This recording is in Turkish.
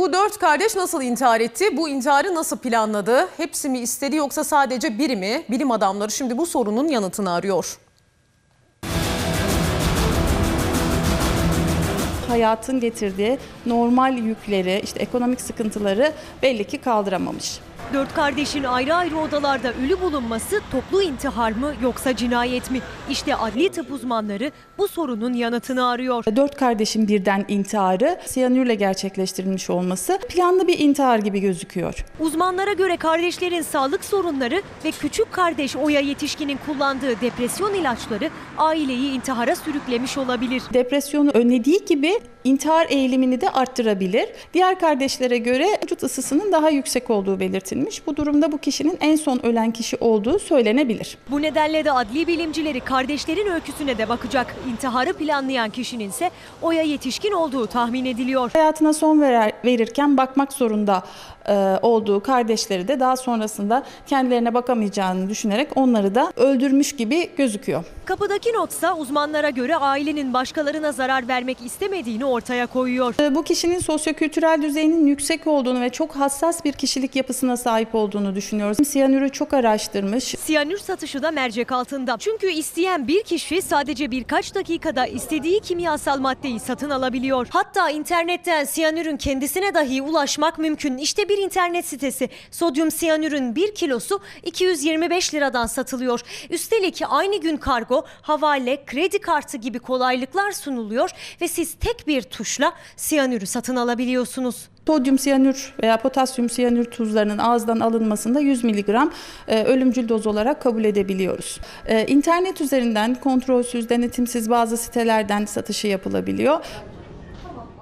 Bu 4 kardeş nasıl intihar etti? Bu intiharı nasıl planladı? Hepsi mi istedi yoksa sadece biri mi? Bilim adamları şimdi bu sorunun yanıtını arıyor. Hayatın getirdiği normal yükleri, ekonomik sıkıntıları belli ki kaldıramamış. 4 kardeşin ayrı ayrı odalarda ölü bulunması toplu intihar mı yoksa cinayet mi? İşte adli tıp uzmanları bu sorunun yanıtını arıyor. 4 kardeşin birden intiharı siyanürle gerçekleştirilmiş olması planlı bir intihar gibi gözüküyor. Uzmanlara göre kardeşlerin sağlık sorunları ve küçük kardeş Oya Yetişkin'in kullandığı depresyon ilaçları aileyi intihara sürüklemiş olabilir. Depresyonu önlediği gibi intihar eğilimini de arttırabilir. Diğer kardeşlere göre vücut ısısının daha yüksek olduğu belirtilmiş. Bu durumda bu kişinin en son ölen kişi olduğu söylenebilir. Bu nedenle de adli bilimcileri kardeşlerin öyküsüne de bakacak. İntiharı planlayan kişinin ise Oya Yetişkin olduğu tahmin ediliyor. Hayatına son verirken bakmak zorunda olduğu kardeşleri de daha sonrasında kendilerine bakamayacağını düşünerek onları da öldürmüş gibi gözüküyor. Kapıdaki notsa uzmanlara göre ailenin başkalarına zarar vermek istemediğini ortaya koyuyor. Bu kişinin sosyokültürel düzeyinin yüksek olduğunu ve çok hassas bir kişilik yapısına sahip olduğunu düşünüyoruz. Siyanürü çok araştırmış. Siyanür satışı da mercek altında. Çünkü isteyen bir kişi sadece birkaç dakikada istediği kimyasal maddeyi satın alabiliyor. Hatta internetten siyanürün kendisine dahi ulaşmak mümkün. İşte bir internet sitesi. Sodyum siyanürün 1 kilosu 225 liradan satılıyor. Üstelik aynı gün kargo, havale, kredi kartı gibi kolaylıklar sunuluyor ve siz tek bir tuşla siyanürü satın alabiliyorsunuz. Sodyum siyanür veya potasyum siyanür tuzlarının ağızdan alınmasında 100 mg ölümcül doz olarak kabul edebiliyoruz. İnternet üzerinden kontrolsüz, denetimsiz bazı sitelerden satışı yapılabiliyor.